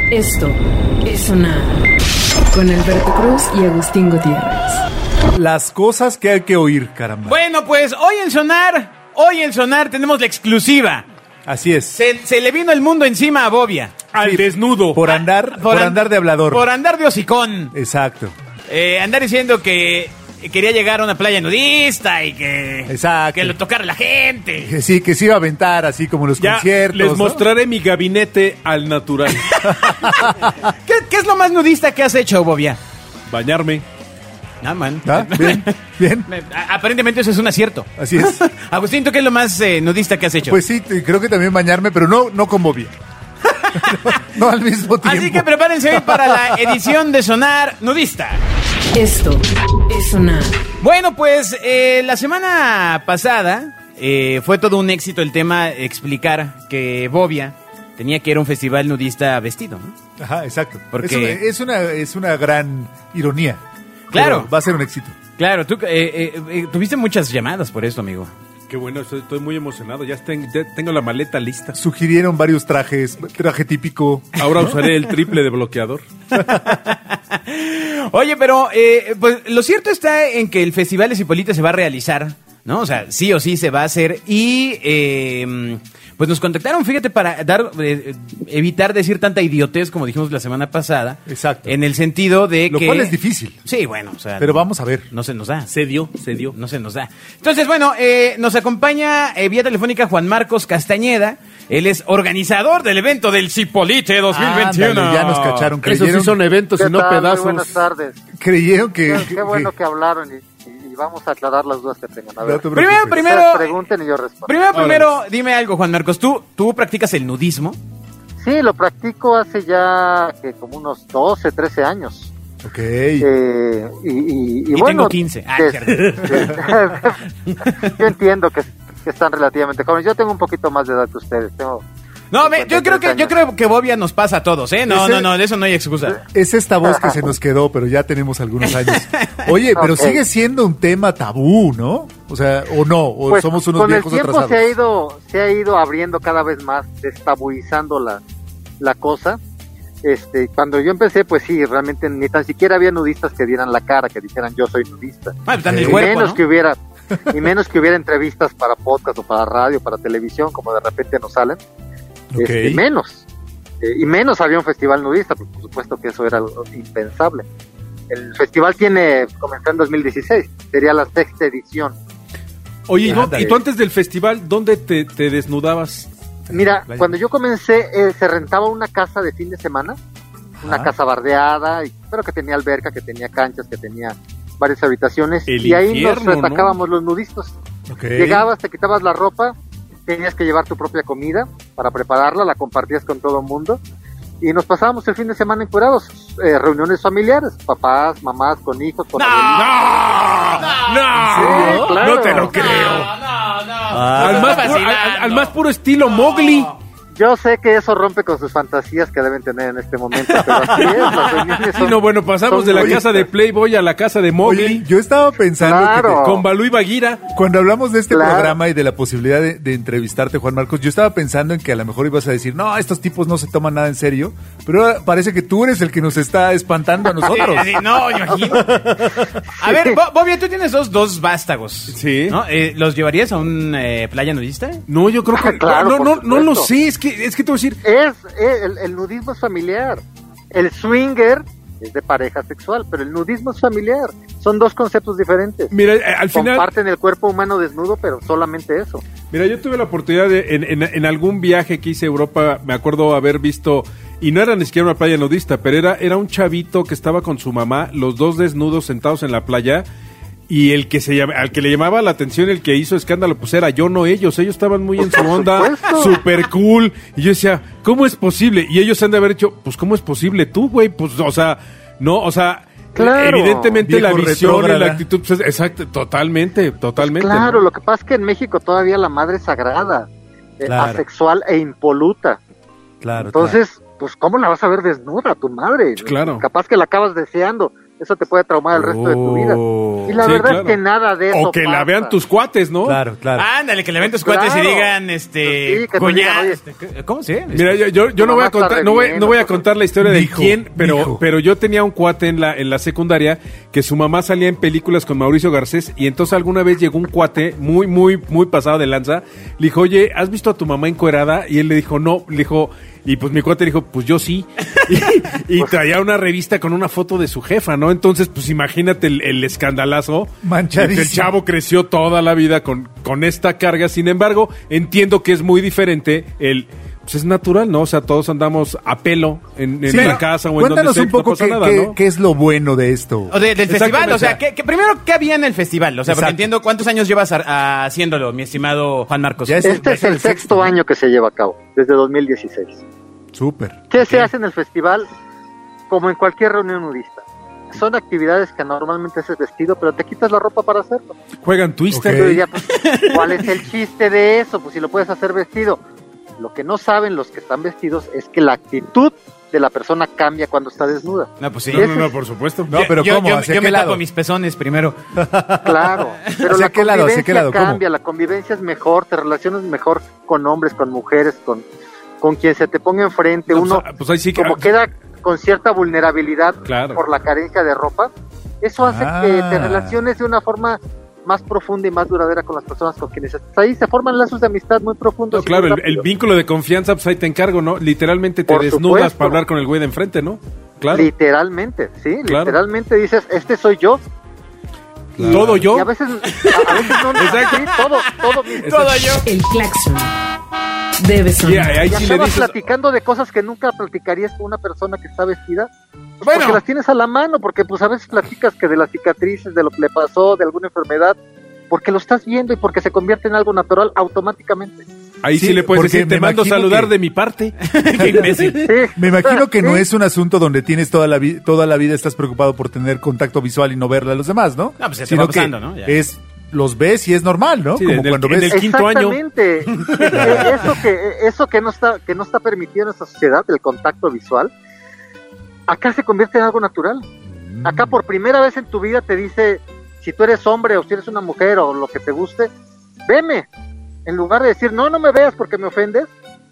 Esto es Sonar con Alberto Cruz y Agustín Gutiérrez. Las cosas que hay que oír, caramba. Bueno, pues hoy en Sonar tenemos la exclusiva. Así es. Se le vino el mundo encima a Bobia. Al desnudo. Por andar de hablador. Por andar de hocicón. Exacto. Andar diciendo que quería llegar a una playa nudista y que... Exacto. Que lo tocara la gente. Que sí, que se iba a aventar así como los ya conciertos. Les ¿no? mostraré mi gabinete al natural. ¿Qué es lo más nudista que has hecho, Bobia? Bañarme. Ah, man. ¿Ah? Bien, bien. Aparentemente eso es un acierto. Así es. Agustín, ¿tú qué es lo más nudista que has hecho? Pues sí, creo que también bañarme, pero no con Bobia. no al mismo tiempo. Así que prepárense hoy para la edición de Sonar Nudista. Esto es Sonar. Bueno, pues la semana pasada fue todo un éxito el tema explicar que Bobia tenía que ir a un festival nudista vestido, ¿no? Ajá, exacto. Porque... Es una gran ironía. Claro. Pero va a ser un éxito. Claro, tú tuviste muchas llamadas por esto, amigo. Qué bueno, estoy muy emocionado. Ya tengo la maleta lista. Sugirieron varios trajes, traje típico. Ahora usaré el triple de bloqueador. Oye, pero pues lo cierto está en que el Festival de Cipolite se va a realizar, ¿no? O sea, sí o sí se va a hacer y pues nos contactaron, fíjate, para evitar decir tanta idiotez como dijimos la semana pasada. Exacto. En el sentido de Lo que... cual es difícil. Sí, bueno, o sea... Pero vamos a ver. No se nos da. Se dio. No se nos da. Entonces, bueno, nos acompaña vía telefónica Juan Marcos Castañeda. Él es organizador del evento del Cipolite 2021. Ándale, ya nos cacharon. Esos sí son eventos y no pedazos. Muy buenas tardes. Creyeron que... Qué bueno que hablaron y vamos a aclarar las dudas que tengan. A ver, Primero, ustedes pregunten y yo respondo. Primero, dime algo, Juan Marcos. ¿Tú practicas el nudismo? Sí, lo practico hace ya como unos 12, 13 años. Ok. Y bueno, tengo 15. yo entiendo que están relativamente jóvenes. Yo tengo un poquito más de edad que ustedes. No, yo creo que Bobia nos pasa a todos, ¿eh? No, de eso no hay excusa. Es esta voz que se nos quedó, pero ya tenemos algunos años. Oye, pero sigue siendo un tema tabú, ¿no? O sea, o no, o pues, somos unos viejos atrasados. Con el tiempo se ha ido abriendo cada vez más, destabuizando la cosa. Cuando yo empecé, pues sí, realmente ni tan siquiera había nudistas que dieran la cara, que dijeran yo soy nudista. Y menos que hubiera entrevistas para podcast o para radio, para televisión, como de repente nos salen. Okay. Menos. Y menos había un festival nudista, pues por supuesto que eso era algo impensable. El festival comenzó en 2016, sería la 6ª edición. Oye, ¿y tú antes del festival, dónde te desnudabas? Mira, cuando yo comencé, se rentaba una casa de fin de semana, una casa bardeada, pero que tenía alberca, que tenía canchas, que tenía varias habitaciones, y ahí nos retacábamos, ¿no? Los nudistas. Okay. Llegabas, te quitabas la ropa, tenías que llevar tu propia comida para prepararla, la compartías con todo el mundo, y nos pasábamos el fin de semana encuerados, reuniones familiares, papás, mamás, con hijos, con ¡No! Sí, claro. No te lo creo. Al más puro estilo Mowgli. Yo sé que eso rompe con sus fantasías que deben tener en este momento, pero así es, las reuniones son, pasamos de la casa de Playboy a la casa de Mowgli. Oye, yo estaba pensando con Balú y Bagheera. Cuando hablamos de este programa y de la posibilidad de entrevistarte, Juan Marcos, yo estaba pensando en que a lo mejor ibas a decir, no, estos tipos no se toman nada en serio, pero ahora parece que tú eres el que nos está espantando a nosotros. No, imagino. A ver, Bobia, tú tienes dos vástagos. Sí. ¿No? ¿Los llevarías a un playa nudista? No, yo creo que... Claro, no lo sé, es que te voy a decir... El nudismo es familiar. El swinger es de pareja sexual, pero el nudismo es familiar. Son dos conceptos diferentes. Mira, al final... Comparten el cuerpo humano desnudo, pero solamente eso. Mira, yo tuve la oportunidad en algún viaje que hice a Europa, me acuerdo haber visto... Y no era ni siquiera una playa nudista, pero era un chavito que estaba con su mamá, los dos desnudos sentados en la playa... Y al que le llamaba la atención, el que hizo escándalo, pues era yo, no ellos. Ellos estaban muy en su onda, super cool. Y yo decía, ¿cómo es posible? Y ellos han de haber dicho, pues, ¿cómo es posible tú, güey? Pues, claro. Evidentemente Viejo la visión y retrógrada. la actitud, pues, exacto, totalmente. Pues claro, ¿no? lo que pasa es que en México todavía la madre es sagrada, Claro. asexual e impoluta. Claro. Entonces, pues, ¿cómo la vas a ver desnuda a tu madre? Claro. Capaz que la acabas deseando, Eso te puede traumar el resto de tu vida. Y la verdad es que nada de eso O que la vean tus cuates, ¿no? Claro. Ándale, que le vean tus cuates y digan, cuñado. ¿Cómo se ve? Mira, yo no voy a contar, no voy a contar la historia de quién, pero yo tenía un cuate en la secundaria que su mamá salía en películas con Mauricio Garcés y entonces alguna vez llegó un cuate muy pasado de lanza, le dijo, oye, ¿has visto a tu mamá encuerada? Y él le dijo, no, le dijo, y pues mi cuate dijo, pues yo sí. Y traía una revista con una foto de su jefa, ¿no? Entonces, pues imagínate el escandalazo. Manchadísimo. El chavo creció toda la vida con esta carga. Sin embargo, entiendo que es muy diferente pues es natural, ¿no? O sea, todos andamos a pelo en la casa o en donde sea. Cuéntanos un poco qué es lo bueno de esto. O del festival, o sea, primero, ¿qué había en el festival? O sea, porque entiendo cuántos años llevas haciéndolo, mi estimado Juan Marcos. Este es el sexto año que se lleva a cabo, desde 2016. Súper. ¿Qué se hace en el festival? Como en cualquier reunión nudista. Son actividades que normalmente haces vestido, pero te quitas la ropa para hacerlo. Juegan Twister. Yo diría, pues, ¿cuál es el chiste de eso? Pues si lo puedes hacer vestido. Lo que no saben los que están vestidos es que la actitud de la persona cambia cuando está desnuda. No, pues sí. No, por supuesto. No, pero ¿cómo? Yo me tapo mis pezones primero. Claro, pero la convivencia cambia, ¿cómo? La convivencia es mejor, te relacionas mejor con hombres, con mujeres, con quien se te ponga enfrente. No, uno, pues ahí sí que... como queda con cierta vulnerabilidad Claro. por la carencia de ropa, eso hace que te relaciones de una forma más profunda y más duradera con las personas con quienes estás ahí. Se forman lazos de amistad muy profundos. No, claro, el vínculo de confianza, pues ahí te encargo, ¿no? Literalmente te desnudas para hablar con el güey de enfrente, ¿no? Claro. Literalmente, sí, claro. Literalmente dices, este soy yo. Claro. ¿Todo yo? Y a veces no. Exacto. Sí, todo yo. El claxon debe sonar. Ahí y sí le acabas dices... platicando de cosas que nunca platicarías con una persona que está vestida. Bueno. Porque las tienes a la mano, porque pues a veces platicas que de las cicatrices, de lo que le pasó, de alguna enfermedad, porque lo estás viendo y porque se convierte en algo natural automáticamente. Ahí sí le puedes decir, te mando saludar de mi parte. Qué imbécil. Sí. Me imagino que no es un asunto donde tienes toda la vida estás preocupado por tener contacto visual y no verle a los demás, ¿no? No, pues ya te va pasando, ¿no? Ya. Los ves y es normal, ¿no? Sí, Como cuando ves el quinto año. Exactamente. Eso que no está permitido en esta sociedad, el contacto visual, acá se convierte en algo natural. Acá por primera vez en tu vida te dice, si tú eres hombre o si eres una mujer o lo que te guste, veme. En lugar de decir, no me veas porque me ofendes,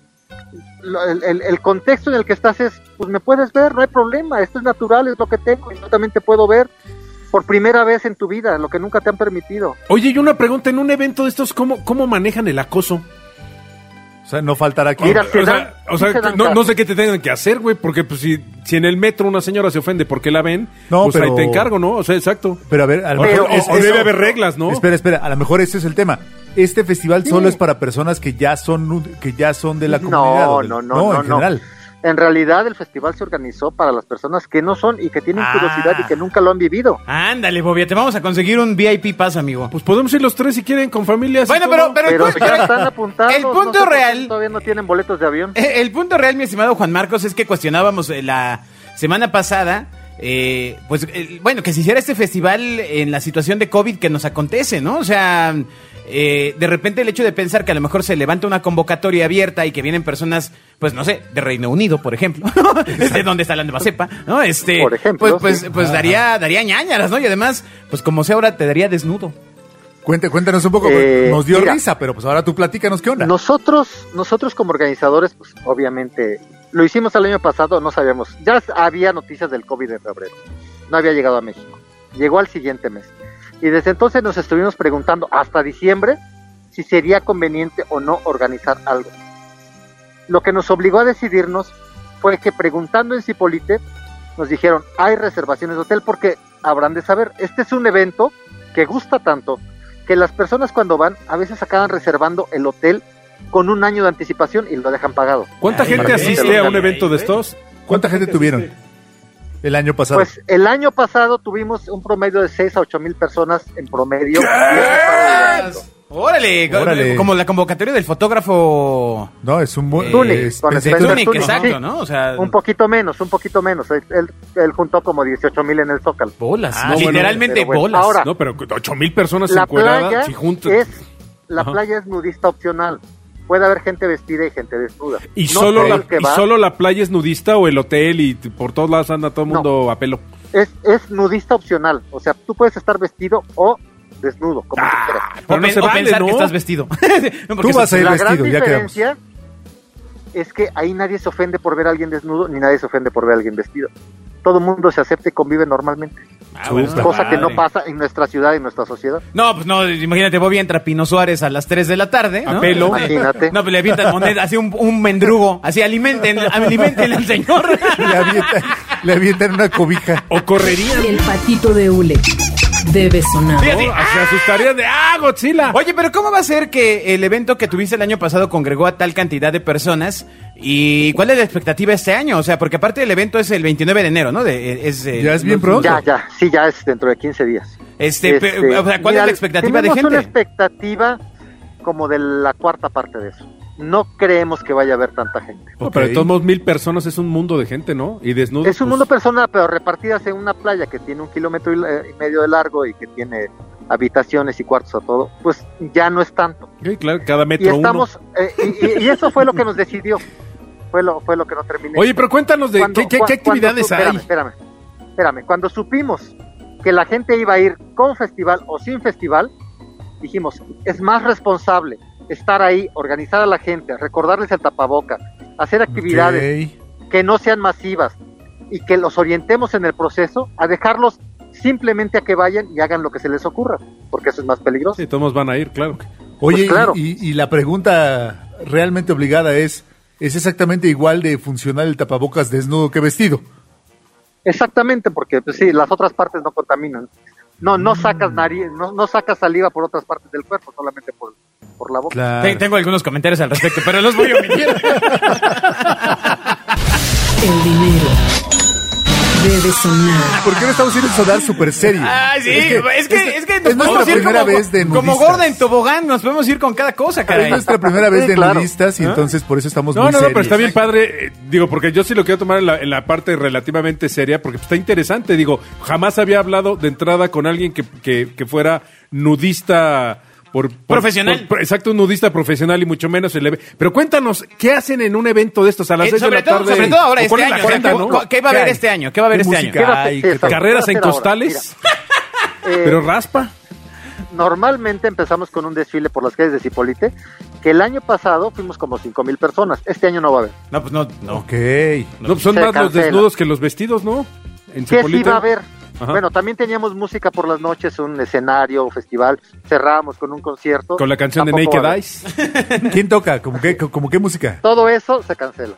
el contexto en el que estás es, pues me puedes ver, no hay problema, esto es natural, es lo que tengo, y yo también te puedo ver por primera vez en tu vida, lo que nunca te han permitido. Oye, y una pregunta, en un evento de estos, ¿cómo manejan el acoso? O sea, no faltará aquí. Mira, no sé qué te tengan que hacer, güey, porque pues si en el metro una señora se ofende porque la ven, no, pues pero... ahí te encargo, ¿no? O sea, exacto. Pero a ver, a lo mejor debe haber reglas, ¿no? Espera, a lo mejor ese es el tema. Este festival solo es para personas que ya son de la comunidad. No, en general. En realidad el festival se organizó para las personas que no son y que tienen curiosidad y que nunca lo han vivido. Ándale, Bobia, te vamos a conseguir un VIP pass, amigo. Pues podemos ir los tres si quieren con familias. Bueno, pero ya están apuntados. El punto real... Todavía no tienen boletos de avión. El punto real, mi estimado Juan Marcos, es que cuestionábamos la semana pasada... bueno, que se hiciera este festival en la situación de COVID que nos acontece, ¿no? O sea, de repente el hecho de pensar que a lo mejor se levanta una convocatoria abierta y que vienen personas, pues no sé, de Reino Unido, por ejemplo, de donde está la nueva cepa, ¿no? Por ejemplo, pues daría ñañaras, ¿no? Y además, pues como sea ahora te daría desnudo. Cuéntanos un poco, nos dio risa, pero pues ahora tú platícanos qué onda. Nosotros como organizadores, pues obviamente lo hicimos el año pasado, no sabíamos, ya había noticias del COVID en febrero, no había llegado a México, llegó al siguiente mes, y desde entonces nos estuvimos preguntando hasta diciembre si sería conveniente o no organizar algo. Lo que nos obligó a decidirnos fue que preguntando en Cipolite, nos dijeron, hay reservaciones de hotel, porque habrán de saber, este es un evento que gusta tanto, que las personas cuando van, a veces acaban reservando el hotel con un año de anticipación y lo dejan pagado. ¿Cuánta gente asiste a un evento de estos? ¿Cuánta gente tuvieron el año pasado? Pues el año pasado tuvimos un promedio de 6 a 8 mil personas en promedio. Órale, como la convocatoria del fotógrafo. No, es un buen... Tunic, exacto, sí. ¿no? O sea, un poquito menos. Él juntó como 18 mil en el Zócalo. Bolas, no, literalmente bueno, bolas. Ahora, no, pero 8,000 personas la encueradas, playa si juntas. La playa es nudista opcional. Puede haber gente vestida y gente desnuda. ¿Y no solo la playa es nudista o el hotel y por todos lados anda todo el mundo a pelo? Es nudista opcional, o sea, tú puedes estar vestido o desnudo, como tú quieras. Pero no se vale, pensar, ¿no?, que estás vestido. Tú vas a ir la vestido, gran ya diferencia es que ahí nadie se ofende por ver a alguien desnudo, ni nadie se ofende por ver a alguien vestido. Todo el mundo se acepta y convive normalmente. Cosa que no pasa en nuestra ciudad y en nuestra sociedad. No, pues no, imagínate, Bobby entra Pino Suárez a las 3 de la tarde, ¿no? A pelo. Imagínate. No, pues le avientan moneda, así un mendrugo, así alimenten al señor. Le avientan una cobija. O correrían. El patito de hule debe sonar. Fíjate, Se asustarían de Godzilla. Oye, pero ¿cómo va a ser que el evento que tuviste el año pasado congregó a tal cantidad de personas? ¿Y cuál es la expectativa este año? O sea, porque aparte el evento es el 29 de enero, ¿no? ¿Ya es bien pronto? Ya es dentro de 15 días. O sea, ¿cuál es la expectativa de gente? Tenemos una expectativa como de la cuarta parte de eso. No creemos que vaya a haber tanta gente. Okay. Pero de todos modos, 1,000 personas es un mundo de gente, ¿no? Y desnudos. Es un mundo personal, pero repartidas en una playa que tiene 1,5 kilómetros y medio de largo y que tiene habitaciones y cuartos a todo, pues ya no es tanto. Sí, claro, cada metro y estamos, y eso fue lo que nos decidió. Fue lo que no terminé. Oye, pero cuéntanos de qué actividades hay. Espérame. Cuando supimos que la gente iba a ir con festival o sin festival, dijimos, es más responsable estar ahí, organizar a la gente, recordarles el tapaboca, hacer actividades que no sean masivas y que los orientemos en el proceso, a dejarlos simplemente a que vayan y hagan lo que se les ocurra, porque eso es más peligroso. Sí, todos van a ir, claro. Oye, pues claro. Y la pregunta realmente obligada ¿es exactamente igual de funcional el tapabocas desnudo que vestido? Exactamente, porque pues sí, las otras partes no contaminan. No sacas nariz, no sacas saliva por otras partes del cuerpo, solamente por la boca. Claro. Tengo algunos comentarios al respecto, pero los voy a omitir. El dinero debe sonar. ¿Por qué no estamos haciendo sonar súper serio? Ay, sí, es que nos es nuestra podemos ir primera vez de nudistas. como gorda en tobogán, nos podemos ir con cada cosa, caray. Es nuestra primera vez de claro. nudistas y entonces por eso estamos muy No, serios. pero está bien padre, porque yo sí lo quiero tomar en la parte relativamente seria, porque está interesante, jamás había hablado de entrada con alguien que fuera nudista profesional. Exacto, un nudista profesional y mucho menos pero cuéntanos, ¿qué hacen en un evento de estos a las 6 de la tarde? Sobre todo ahora este año. Agenda, ¿no? ¿Qué va a haber este año? ¿Qué va a haber este año? ¿Carreras en costales? ¿Pero raspa? Normalmente empezamos con un desfile por las calles de Zipolite, que el año pasado fuimos como 5,000 personas. Este año no va a haber. No, pues no. Ok. No, pues son más los desnudos que los vestidos, ¿no? En ¿Qué Zipolite. sí va a haber? Ajá. Bueno, también teníamos música por las noches, un escenario, un festival. Cerramos con un concierto. Con la canción de Tampoco Naked Eyes. ¿Quién toca? ¿Cómo qué música? Todo eso se cancela.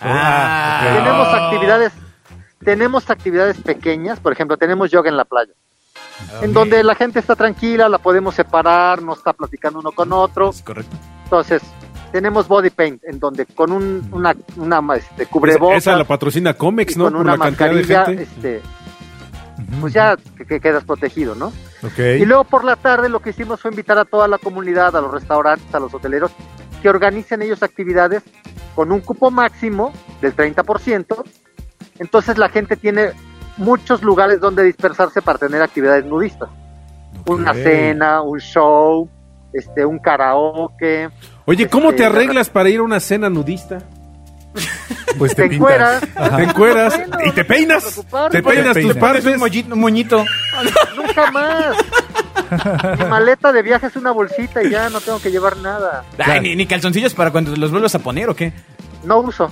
Okay. Tenemos actividades pequeñas, por ejemplo, tenemos yoga en la playa. En donde la gente está tranquila, la podemos separar, no está platicando uno con otro. Es correcto. Entonces, tenemos body paint, en donde con una cubrebocas. Esa la patrocina Comex, ¿no? Con Por una la cantidad de mascarilla, gente. pues ya que quedas protegido, ¿no? Okay. Y luego por la tarde lo que hicimos fue invitar a toda la comunidad, a los restaurantes, a los hoteleros, que organicen ellos actividades con un cupo máximo del 30%. Entonces la gente tiene muchos lugares donde dispersarse para tener actividades nudistas. Okay. Una cena, un show, un karaoke. Oye, ¿cómo te arreglas para ir a una cena nudista? Pues te encueras. Te encueras y te peinas. Te peinas tus partes. Un moñito. Nunca más. Mi maleta de viaje es una bolsita y ya no tengo que llevar nada. Ay, ni calzoncillos para cuando los vuelvas a poner, ¿o qué? No uso.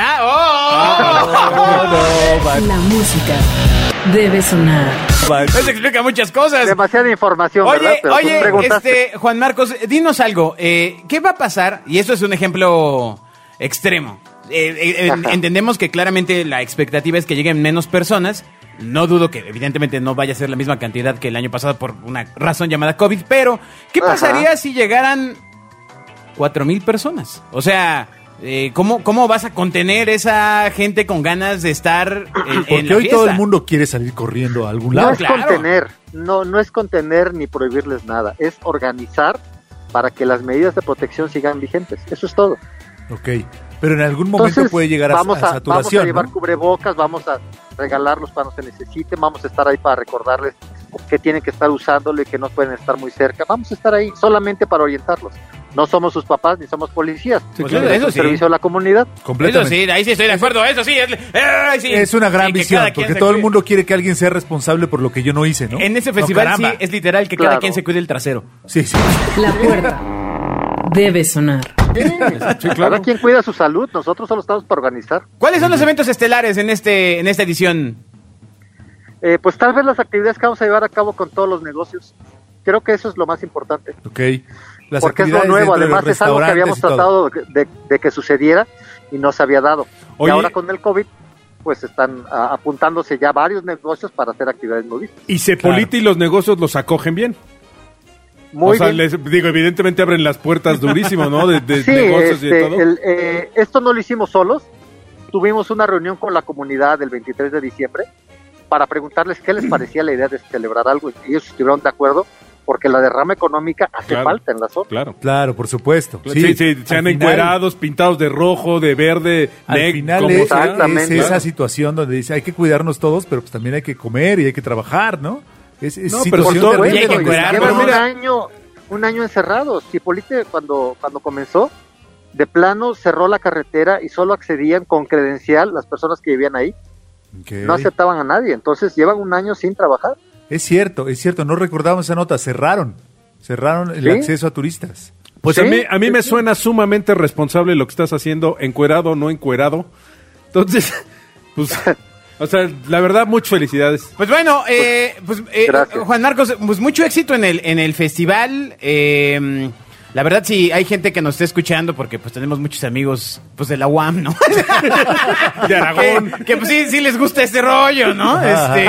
La música debe sonar. Eso explica muchas cosas. Demasiada información, ¿verdad? Oye, Juan Marcos, dinos algo. ¿Qué va a pasar? Y esto es un ejemplo extremo. Entendemos que claramente la expectativa es que lleguen menos personas. No dudo que evidentemente no vaya a ser la misma cantidad que el año pasado por una razón llamada COVID, pero ¿qué pasaría si llegaran 4,000 personas? O sea, ¿cómo vas a contener esa gente con ganas de estar en la hoy fiesta? Todo el mundo quiere salir corriendo a algún lado. No es contener, no es contener ni prohibirles nada, es organizar para que las medidas de protección sigan vigentes. Eso es todo. Ok, pero en algún momento puede llegar a saturación. Vamos a llevar ¿no? cubrebocas, vamos a regalarlos cuando se necesiten, vamos a estar ahí para recordarles que tienen que estar usándolo y que no pueden estar muy cerca. Vamos a estar ahí solamente para orientarlos. No somos sus papás ni somos policías. Sí, claro, eso sí. Servicio a la comunidad. Completamente. Eso sí, ahí sí estoy de acuerdo. Eso sí, sí. Es una gran visión, porque todo el cuide. mundo quiere que alguien sea responsable por lo que yo no hice, ¿no? En ese festival sí es literal que cada quien se cuide el trasero. Sí. La puerta debe sonar. Sí, cada quien cuida su salud. Nosotros solo estamos para organizar. ¿Cuáles son los eventos estelares en esta edición? Pues tal vez las actividades que vamos a llevar a cabo con todos los negocios. Creo que eso es lo más importante. Ok. Las porque es lo actividades nuevo, dentro de además los es algo que habíamos restaurantes y tratado de que sucediera y no se había dado. Oye, y ahora con el COVID, pues están apuntándose ya varios negocios para hacer actividades nudistas. Y Cepolite y los negocios los acogen bien. Muy o sea, bien. les digo, evidentemente abren las puertas durísimo, ¿no? De Sí, negocios y de todo. esto no lo hicimos solos. Tuvimos una reunión con la comunidad el 23 de diciembre para preguntarles qué les parecía la idea de celebrar algo. Y ellos estuvieron de acuerdo porque la derrama económica hace falta en la zona. Claro, por supuesto. Sí, sean encuerados, pintados de rojo, de verde, al final es esa situación donde dice hay que cuidarnos todos, pero pues también hay que comer y hay que trabajar, ¿no? Es situación terrible. Llevan un año encerrados. Cipolite cuando comenzó, de plano cerró la carretera y solo accedían con credencial las personas que vivían ahí. Okay. No aceptaban a nadie, entonces llevan un año sin trabajar. Es cierto, no recordábamos esa nota, cerraron el acceso a turistas. Pues ¿sí? a mí me suena sumamente responsable lo que estás haciendo, encuerado, no encuerado. Entonces, pues, o sea, la verdad, muchas felicidades. Pues bueno, Juan Marcos, pues mucho éxito en el festival. La verdad, sí, hay gente que nos está escuchando porque pues tenemos muchos amigos pues de la UAM, ¿no? De Aragón. Que pues sí les gusta este rollo, ¿no?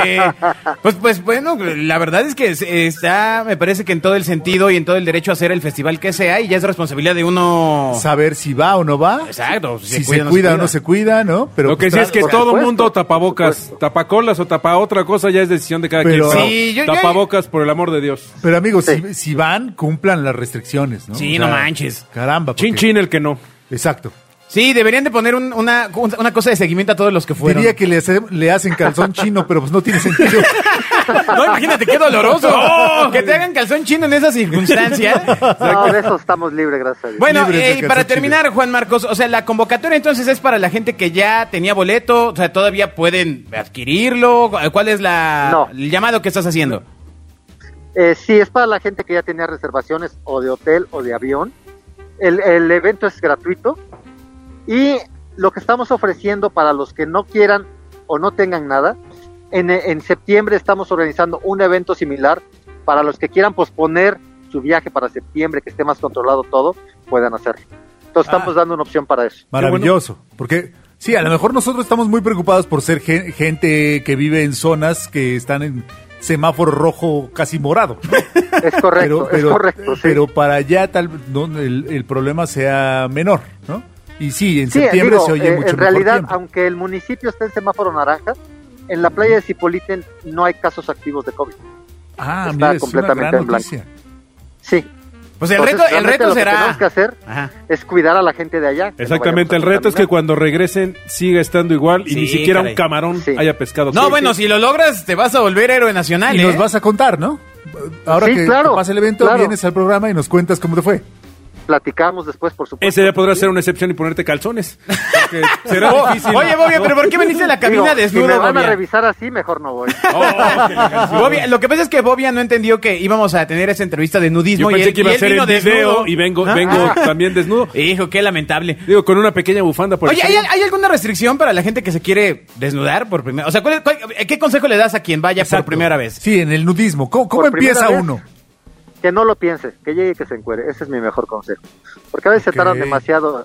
Pues bueno, la verdad es que está, me parece que en todo el sentido y en todo el derecho a hacer el festival que sea, y ya es responsabilidad de uno saber si va o no va. Exacto. Si se cuida o no se cuida, ¿no? Pero lo que sí es que todo el mundo tapabocas, tapacolas o tapa otra cosa ya es decisión de cada quien. Sí, tapabocas, por el amor de Dios. Pero amigos, si van, cumplan las restricciones, ¿no? Sí, o sea, no manches. Caramba. Chin chin el que no. Exacto. Sí, deberían de poner una cosa de seguimiento a todos los que fueron. Diría que le hacen calzón chino, pero pues no tiene sentido. No, imagínate, qué doloroso. Oh, que te hagan calzón chino en esas circunstancias. No, de eso estamos libres, gracias a Dios. Bueno, y para terminar, Juan Marcos, o sea, la convocatoria entonces es para la gente que ya tenía boleto, o sea, todavía pueden adquirirlo. ¿Cuál es el llamado que estás haciendo? Sí, es para la gente que ya tenía reservaciones o de hotel o de avión. El evento es gratuito y lo que estamos ofreciendo para los que no quieran o no tengan nada, en septiembre estamos organizando un evento similar para los que quieran posponer su viaje para septiembre, que esté más controlado todo, puedan hacerlo. Entonces estamos dando una opción para eso. Maravilloso, porque sí, a lo mejor nosotros estamos muy preocupados por ser gente que vive en zonas que están en semáforo rojo casi morado, ¿no? Es correcto, es correcto. Sí. Pero para allá el problema sea menor, ¿no? Y sí, en septiembre se oye mucho mejor. En realidad, tiempo. Aunque el municipio esté en semáforo naranja, en la playa de Cipolite no hay casos activos de COVID. Ah, mira, es completamente una gran en blanco. Noticia. Sí. Pues el reto será. Lo que tenemos que hacer es cuidar a la gente de allá. Exactamente, el reto es que cuando regresen siga estando igual y ni siquiera un camarón haya pescado. No, bueno, si lo logras, te vas a volver héroe nacional. Y nos vas a contar, ¿no? Ahora que pase el evento, vienes al programa y nos cuentas cómo te fue. Platicamos después, por supuesto. Ese ya podrá ser una excepción y ponerte calzones. Porque será difícil. Oye, Bobia, ¿pero por qué veniste a la cabina desnudo, Si me van Bobia? a revisar así, mejor no voy. Bobia, lo que pasa es que Bobia no entendió que íbamos a tener esa entrevista de nudismo. Yo pensé que iba a ser en video y vengo también desnudo. Hijo, qué lamentable. Digo, con una pequeña bufanda por Oye, ¿hay alguna restricción para la gente que se quiere desnudar por primera vez? O sea, ¿qué consejo le das a quien vaya por primera vez? Sí, en el nudismo. ¿Cómo empieza uno? Que no lo piense, que llegue y que se encuere. Ese es mi mejor consejo. Porque a veces se tardan demasiado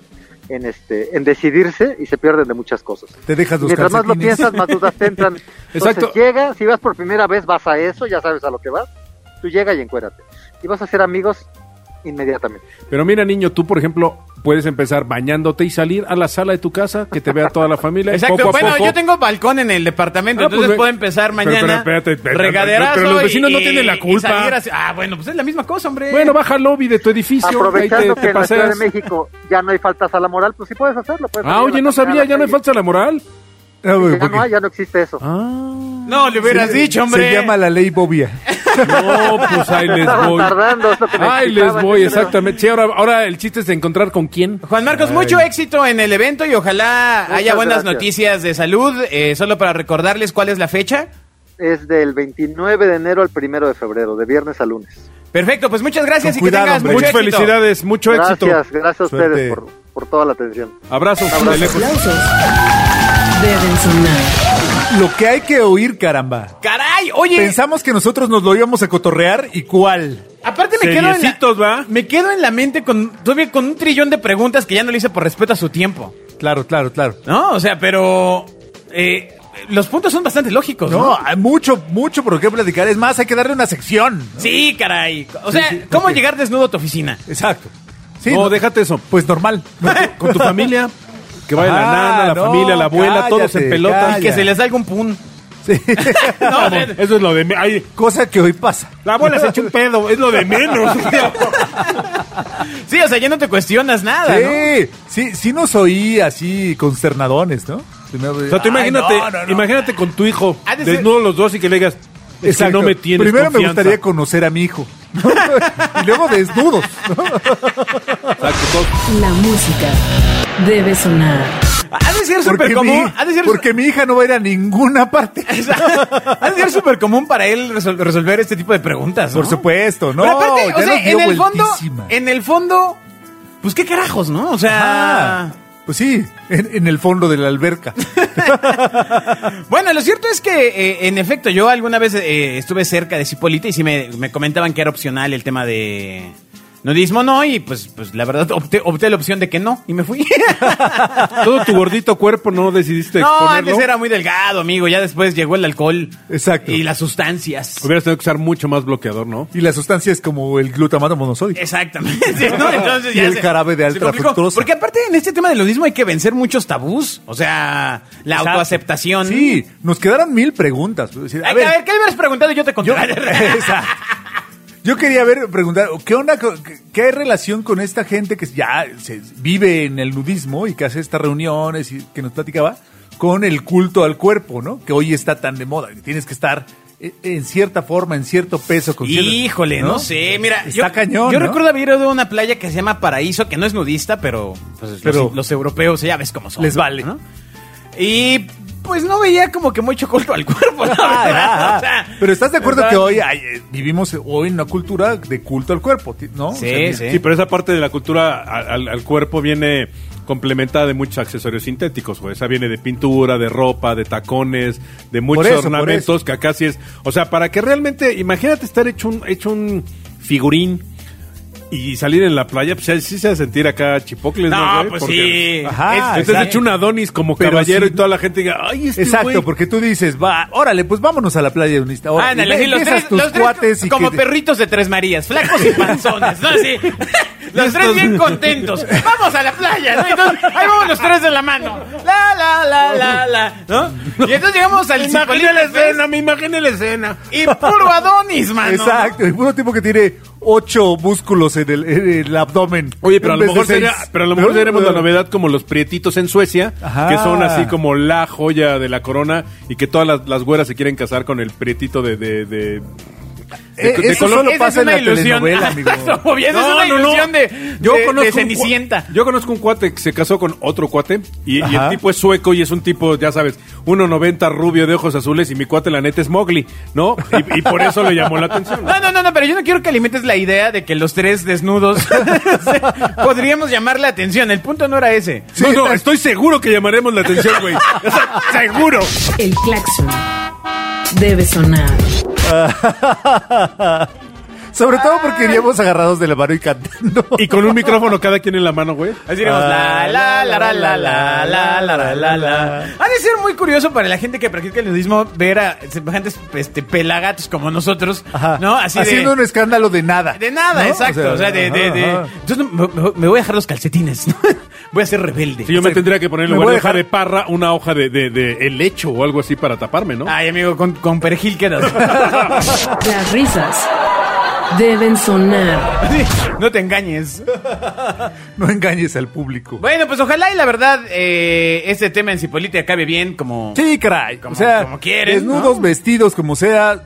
en decidirse y se pierden de muchas cosas. Te dejas los Mientras calcetines. más lo piensas, más dudas te entran. Entonces llega, si vas por primera vez, vas a eso, ya sabes a lo que vas. Tú llega y encuérate. Y vas a ser amigos inmediatamente. Pero mira, niño, tú, por ejemplo, puedes empezar bañándote y salir a la sala de tu casa, que te vea toda la familia. Exacto, poco a bueno, poco. yo tengo balcón en el departamento, entonces puedo empezar mañana. Regaderazo. Pero los vecinos no tienen la culpa. Bueno, pues es la misma cosa, hombre. Bueno, baja al lobby de tu edificio. Aprovechando que en la Ciudad de México ya no hay faltas a la moral, pues sí puedes hacerlo. Oye, no sabía, ya no hay faltas a la moral. Ya no existe eso. No, le hubieras dicho, hombre. Se llama la ley Bobia. No, pues ahí les voy. Tardando, es lo que me Ahí les explicaban, voy, yo creo. exactamente. Sí, ahora el chiste es de encontrar con quién. Juan Marcos, mucho éxito en el evento y ojalá Muchas haya buenas gracias. noticias de salud. Solo para recordarles cuál es la fecha. Es del 29 de enero al 1 de febrero, de viernes a lunes. Perfecto, pues muchas gracias Con y que cuidado, tengas hombre. mucho Muchas éxito. felicidades, mucho éxito. Gracias a Suerte. ustedes por toda la atención. Abrazos. Abrazo. de lejos. Aplausos deben sonar. Lo que hay que oír, caramba. ¡Caray! Oye, Pensamos que nosotros nos lo íbamos a cotorrear, ¿y cuál? aparte me Seriecitos, ¿va? me quedo en la mente todavía con un trillón de preguntas que ya no le hice por respeto a su tiempo. Claro. ¿No? O sea, pero los puntos son bastante lógicos, ¿no? No, hay mucho por qué platicar. Es más, hay que darle una sección. Sí, caray. O sea, sí, ¿cómo ok. llegar desnudo a tu oficina? Exacto. Sí, No, déjate eso. Pues normal. Con tu familia. Que vaya la nana, la no, familia, la abuela, todos cállate, en pelota. cállate. Y que se les salga un pun. Sí. No, Eso es lo de... Ay, Cosa que hoy pasa. la abuela se echó un pedo, es lo de menos. sí, o sea, ya no te cuestionas nada, ¿no? Sí nos oí así consternadones, ¿no? O sea, tú imagínate con tu hijo, Ha de ser- desnudos los dos y que le digas, es que Exacto. no me tienes Primero me confianza. gustaría conocer a mi hijo. Y luego desnudos. ¿no? Exacto, todo. La música debe sonar. Ha de ser súper común. Porque mi hija no va a ir a ninguna parte. Ha de ser súper común para él resolver este tipo de preguntas, ¿no? Por supuesto, ¿no? Pero aparte, ya o sea, nos dio vueltísima. en el fondo, pues qué carajos, ¿no? O sea, Ajá. Pues sí, en el fondo de la alberca. bueno, lo cierto es que, en efecto, yo alguna vez estuve cerca de Cipolita y sí me comentaban que era opcional el tema de nudismo, no, y pues la verdad opté la opción de que no, y me fui. Todo tu gordito cuerpo no decidiste No, exponerlo. antes era muy delgado, amigo, ya después llegó el alcohol. Exacto. Y las sustancias. Hubieras tenido que usar mucho más bloqueador, ¿no? Y la sustancia es como el glutamato monosódico. Exactamente, ¿no? Entonces Y ya el jarabe de se alta complicó. fructosa. Porque aparte en este tema del nudismo hay que vencer muchos tabús, o sea, la Exacto. autoaceptación. Sí, nos quedaron 1000 preguntas. Es decir, A ver, ¿qué le hubieras preguntado? Yo te conté. Exacto. Yo quería preguntar, ¿qué onda, qué hay relación con esta gente que ya se vive en el nudismo y que hace estas reuniones y que nos platicaba con el culto al cuerpo, ¿no? Que hoy está tan de moda, que tienes que estar en cierta forma, en cierto peso. Con Híjole, no sé, mira, Está cañón, yo ¿no? recuerdo haber ido a una playa que se llama Paraíso, que no es nudista, pero, pues, Pero- los europeos ya ves cómo son. Les vale. ¿no? Y pues no veía como que mucho culto al cuerpo, la verdad. O sea, Pero ¿estás de acuerdo ¿verdad? que hoy vivimos hoy en una cultura de culto al cuerpo, ¿no? Sí, sí. Sí, pero esa parte de la cultura al cuerpo viene complementada de muchos accesorios sintéticos, güey. Esa viene de pintura, de ropa, de tacones, de muchos Por eso, ornamentos, que acá sí es... O sea, para que realmente... Imagínate estar hecho un figurín y salir en la playa, pues sí se va a sentir acá chipocles, ¿no, No, güey? pues Porque- sí. Ajá, Entonces exacto. hecho un Adonis como Pero caballero sí. y toda la gente diga, ay, Exacto, güey. porque tú dices, va, órale, pues vámonos a la playa nudista. Órale, Ándale, sí, los empiezas tres, tus los tres cuates y como que- perritos de Tres Marías, flacos y panzones, ¿no? Así, los tres bien contentos. Vamos a la playa, ¿no? Entonces, ahí vamos los tres de la mano. La, ¿no? Y entonces llegamos al Cipolita Fest me imaginé la escena. y puro Adonis, mano. Exacto, el puro tipo que tiene 8 músculos en el abdomen. Oye, pero a en lo vez mejor de 6. tenemos la novedad como los prietitos en Suecia, Ajá. que son así como la joya de la corona y que todas las güeras se quieren casar con el prietito de Eso color. solo Esa pasa es una en la ilusión. telenovela, amigo. Exacto, esa es una ilusión de Cenicienta. Yo conozco un cuate que se casó con otro cuate y el Ajá. tipo es sueco y es un tipo, ya sabes, 1.90 rubio de ojos azules y mi cuate la neta es Mowgli, ¿no? Y por eso le llamó la atención. No, pero yo no quiero que alimentes la idea de que los tres desnudos podríamos llamar la atención. El punto no era ese. No, estoy seguro que llamaremos la atención, güey. O sea, seguro. El claxon debe sonar. Sobre todo porque iríamos agarrados de la mano y cantando. Y con un micrófono cada quien en la mano, güey. Así diremos la. Ha de ser muy curioso para la gente que practica el nudismo ver a semejantes pelagatos como nosotros, Ajá. ¿no? Así haciendo un escándalo de nada. de nada, ¿no? exacto. O sea, de. ajá. Entonces me voy a dejar los calcetines, ¿no? Voy a ser rebelde. Si yo me tendría que poner en Me lugar voy de a hoja dejar- de parra, una hoja de helecho o algo así para taparme, ¿no? Ay, amigo, con perejil quedas. Las risas deben sonar. No te engañes. No engañes al público. Bueno, pues ojalá y la verdad este tema en Cipolita acabe bien como... Sí, caray. Como- o sea, como quieren, desnudos, ¿no? vestidos, como sea,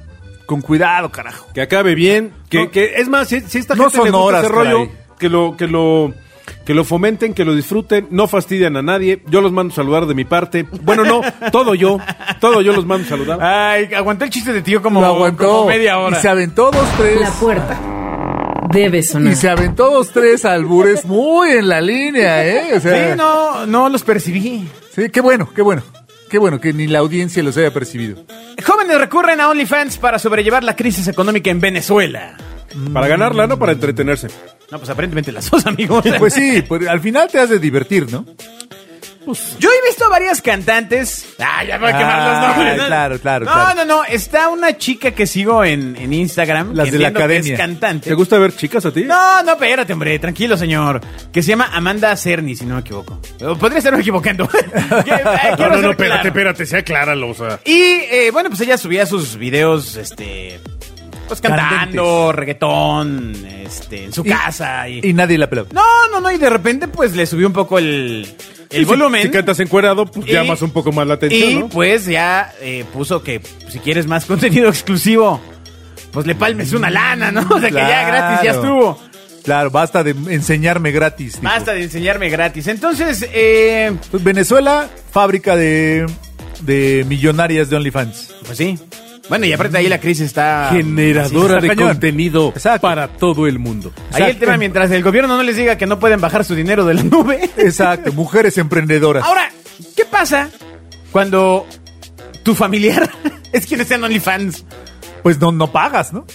con cuidado, carajo. Que acabe bien. Que es más, si esta no gente son le gusta horas, ese rollo, caray. que lo fomenten, que lo disfruten, no fastidian a nadie. Yo los mando a saludar de mi parte. Bueno, no, todo yo los mando a saludar. Ay, aguantó el chiste de tío como, Lo aguantó. como media hora. Y se aventó 2, 3. La puerta debe sonar. Y se aventó 2, 3 albures muy en la línea, ¿eh? O sea, Sí, no los percibí. sí, qué bueno. Qué bueno que ni la audiencia los haya percibido. Jóvenes recurren a OnlyFans para sobrellevar la crisis económica en Venezuela. Para ganarla, no para entretenerse. No, pues aparentemente las dos, amigos. Pues sí, pues, al final te has de divertir, ¿no? Yo he visto varias cantantes. Ah, ya voy a quemar los nombres. ¿no? Claro. No. Está una chica que sigo en Instagram. Las que de la entiendo que academia. es cantante. ¿Te gusta ver chicas a ti? No, espérate, hombre, tranquilo, señor. Que se llama Amanda Cerny, si no me equivoco. Podría estarme equivocando. Quiero ser claro. espérate, sea clara, o sea. Y, bueno, pues ella subía sus videos, pues cantando, reggaetón, en su casa. Y nadie la peló. No, y de repente, pues le subió un poco el volumen. Si cantas encuerado, pues llamas un poco más la atención, y ¿no? pues ya puso que si quieres más contenido exclusivo, pues le palmes una lana, ¿no? O sea, que ya gratis ya estuvo. Claro, basta de enseñarme gratis. dijo. Basta de enseñarme gratis. Entonces, Pues Venezuela, fábrica de millonarias de OnlyFans. pues sí. Bueno, y aparte ahí la crisis está... Generadora sí, está de cañón. contenido Exacto. para todo el mundo. Ahí el tema, mientras el gobierno no les diga que no pueden bajar su dinero de la nube. Exacto, mujeres emprendedoras. Ahora, ¿qué pasa cuando tu familiar es quien está en OnlyFans? Pues no pagas, ¿no?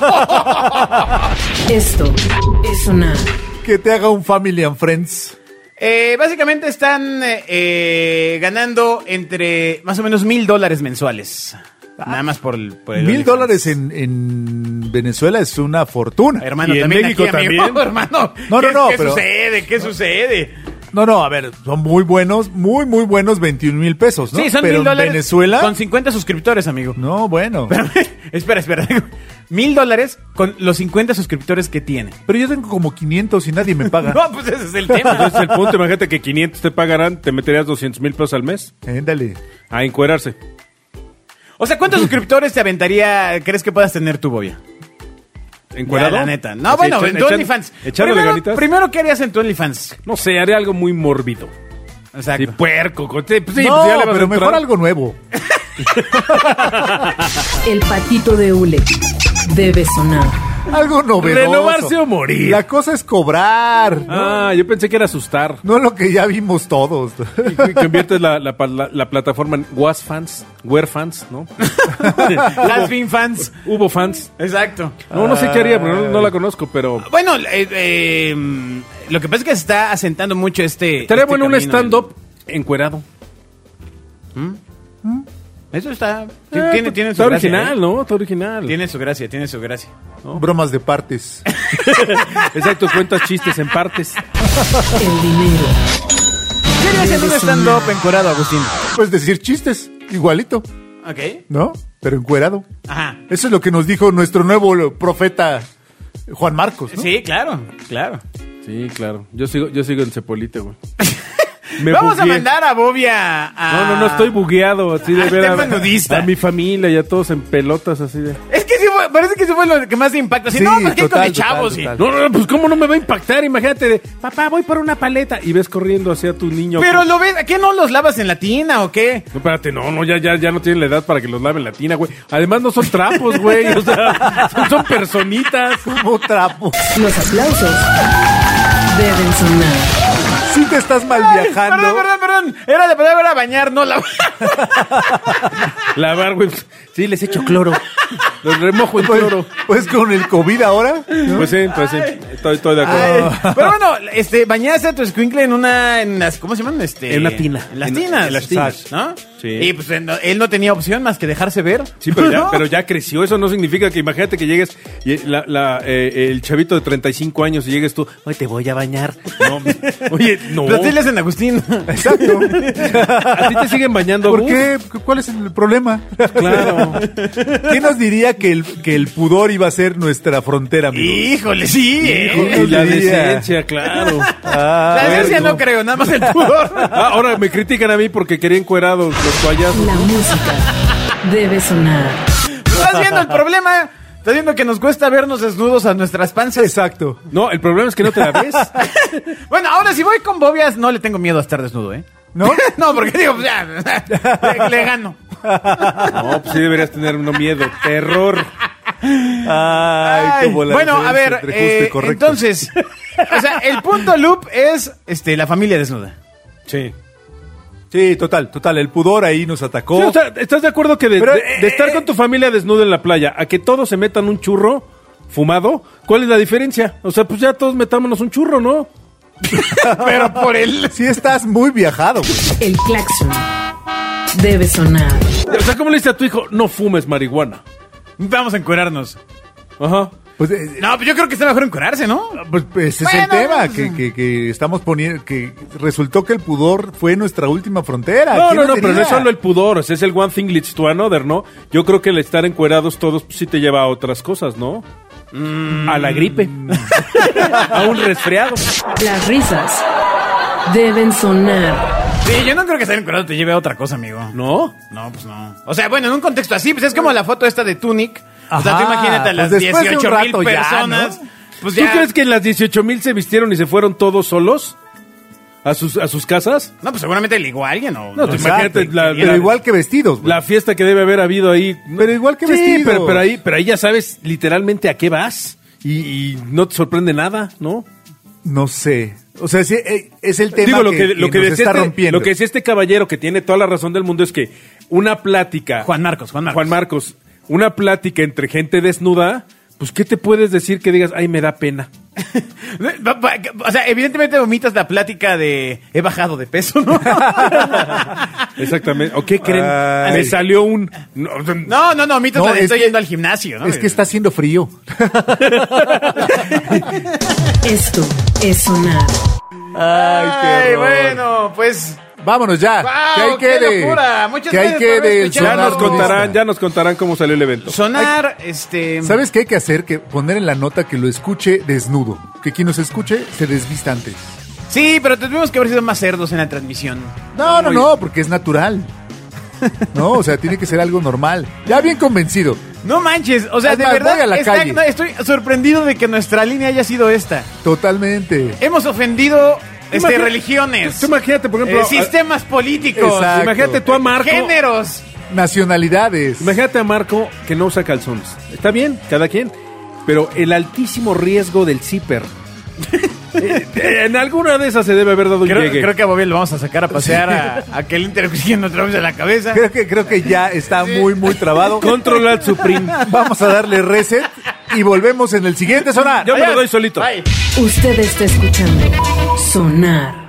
Esto es sonar. Que te haga un Family and Friends. Básicamente están ganando entre más o menos $1,000 mensuales. Nada más por el $1,000 en Venezuela es una fortuna. Hermano, ¿Y en también México aquí, amigo, también? hermano. No, ¿Qué pero- sucede? ¿Qué sucede? No, a ver, son muy buenos, muy buenos 21,000 pesos, ¿no? Sí, son pero $1,000 en Venezuela. con 50 suscriptores, amigo. No, bueno. Espera. $1,000 con los 50 suscriptores que tiene. Pero yo tengo como 500 y nadie me paga. No, pues ese es el tema. Ese es el punto. Imagínate que 500 te pagarán, te meterías 200,000 pesos al mes Éndale. a encuerarse. O sea, ¿cuántos suscriptores te aventaría, crees que puedas tener tu bobia? ¿Encuerado? Ya, la neta. No, bueno, en tu OnlyFans. Echándole ganitas. Primero, ¿qué harías en tu OnlyFans? No sé, haré algo muy mórbido. Exacto. Sí, puerco. Pues sí, no, pues ya le vas a pero entrar. mejor algo nuevo. El patito de hule debe sonar. Algo novedoso. Renovarse o morir. La cosa es cobrar. ¿no? Ah, yo pensé que era asustar. No lo que ya vimos todos. Y conviertes la plataforma en WasFans, WearFans, ¿no? Las Fin Fans. Hubo fans. Exacto. No sé qué haría, pero no la conozco, pero... Bueno, lo que pasa es que se está asentando mucho Estaría bueno un camino stand-up encuerado. Eso está... Tiene tiene está su gracia, original, ¿eh? ¿no? Está original. Tiene su gracia. Bromas de partes. Exacto, cuentas chistes en partes. El dinero ¿Qué harías en un stand-up encuerado, Agustín? Pues decir chistes, igualito, Ok. ¿no? Pero encuerado. Ajá. Eso es lo que nos dijo nuestro nuevo profeta Juan Marcos, ¿no? Sí, claro. Sí, claro. Yo sigo en Cepolite, güey. Vamos a bugueé. mandar a Bobia a... No, estoy bugueado. Así de Ah, ver tema nudista. a mi familia y a todos en pelotas, así de... Es que sí parece que eso fue lo que más te impacta. Así, Sí, no, pues que con de total, chavos. total. No, pues ¿cómo no me va a impactar? Imagínate de, papá, voy por una paleta. Y ves corriendo hacia tu niño. Pero lo ves, ¿qué no los lavas en la tina o qué? No, espérate, ya no tienen la edad para que los laven la tina, güey. Además no son trapos, güey. O sea, son personitas. Como trapo. Los aplausos deben sonar. Si te estás mal viajando. Perdón. Era de palabra bañar, no lavar. Lavar, güey. Sí, les echo cloro. Los remojo en cloro. Pues con el COVID ahora. ¿no? Pues sí. Estoy de acuerdo. Pero bueno, bañaste a tu escuincle en las, ¿cómo se llaman? En una tina. En las tinas. en las tinas. ¿No? Sí. Y pues él no tenía opción más que dejarse ver. Sí, pero ya creció. Eso no significa que imagínate que llegues y el chavito de 35 años y llegues tú, oye, te voy a bañar. No, oye, no. Pero te le hacen Agustín. Exacto. ¿A ti te siguen bañando? ¿Por Gus? qué? ¿Cuál es el problema? Claro. ¿Quién nos diría que el pudor iba a ser nuestra frontera, amigo? Híjole, sí. Y la diría? decencia, claro. La decencia no creo, nada más el pudor. Ahora me critican a mí porque quería encuerados los toallazos. La música debe sonar. ¿Estás viendo el problema? ¿Estás viendo que nos cuesta vernos desnudos a nuestras panzas? Exacto. No, el problema es que no te la ves. Bueno, ahora si voy con bobias, no le tengo miedo a estar desnudo, ¿eh? ¿No? No, porque digo, pues ya, le gano. No, pues sí deberías tener uno miedo, terror. Ay, como la bueno, a ver, diferencia entre justo y correcto. entonces, o sea, el punto loop es la familia desnuda. Sí. Sí, total. El pudor ahí nos atacó. Sí, o sea, ¿estás de acuerdo que Pero, de estar con tu familia desnuda en la playa a que todos se metan un churro fumado? ¿Cuál es la diferencia? O sea, pues ya todos metámonos un churro, ¿no? Pero por el... Sí estás muy viajado, güey. El claxon debe sonar. O sea, ¿cómo le dices a tu hijo, no fumes marihuana? Vamos a encuerarnos. Ajá. Pues, No, pues yo creo que está mejor encuerarse, ¿no? pues ese es el tema, que estamos poniendo, que resultó que el pudor fue nuestra última frontera. No, ¿Quién lo pero no diría? es solo el pudor, o sea, es el one thing leads to another, ¿no? Yo creo que el estar encuerados todos pues, sí te lleva a otras cosas, ¿no? A la gripe. A un resfriado. Las risas deben sonar. Sí, yo no creo que estar encuadrado te lleve a otra cosa, amigo. ¿No? No, pues no. O sea, bueno, en un contexto así, pues es como la foto esta de Tunic. O sea, tú Ajá, imagínate a las pues después de un 18,000 rato ya, personas. ¿no? Pues ¿Tú ya... crees que en las 18,000 se vistieron y se fueron todos solos? ¿A sus casas? No, pues seguramente ligó a alguien o... No, tú Exacto, imagínate pero igual que vestidos, güey. la fiesta que debe haber habido ahí. Pero igual que Sí, vestidos. pero ahí ya sabes literalmente a qué vas y no te sorprende nada, ¿no? No sé. O sea, sí, es el tema Digo, lo que nos decía está rompiendo. lo que decía este caballero que tiene toda la razón del mundo es que una plática... Juan Marcos. Una plática entre gente desnuda, pues ¿qué te puedes decir que digas, ay, me da pena? O sea, evidentemente vomitas la plática de he bajado de peso, ¿no? Exactamente. ¿O qué creen? Ay. Me salió un... No, No, vomitas No, la de es estoy que- yendo al gimnasio, ¿no? Es que está haciendo frío. Esto es sonar. Ay, bueno, pues... Vámonos ya. ¡Guau! Que ahí ¡Qué quede. locura! Muchas que ahí gracias por haber quede el escuchado. sonar ya nos contarán cómo salió el evento. Sonar, ¿Sabes qué hay que hacer? Que poner en la nota que lo escuche desnudo. Que quien nos escuche se desvista antes. Sí, pero tuvimos que haber sido más cerdos en la transmisión. No, porque es natural. No, o sea, tiene que ser algo normal. Ya bien convencido. No manches, o sea, Es de más, verdad voy a la calle. no, estoy sorprendido de que nuestra línea haya sido esta. Totalmente. Hemos ofendido Imagina- religiones, Tú imagínate, por ejemplo... sistemas políticos, Exacto. Imagínate tú a Marco... géneros. Nacionalidades. Imagínate a Marco que no usa calzones. Está bien, cada quien. Pero el altísimo riesgo del zipper. En alguna de esas se debe haber dado un llegue. Creo que a Bobby lo vamos a sacar a pasear a que el interrogien otra vez de la cabeza. Creo que ya está muy, muy trabado. Control Alt Supreme. Vamos a darle reset y volvemos en el siguiente sonar. Yo me lo doy solito. Bye. Usted está escuchando Sonar.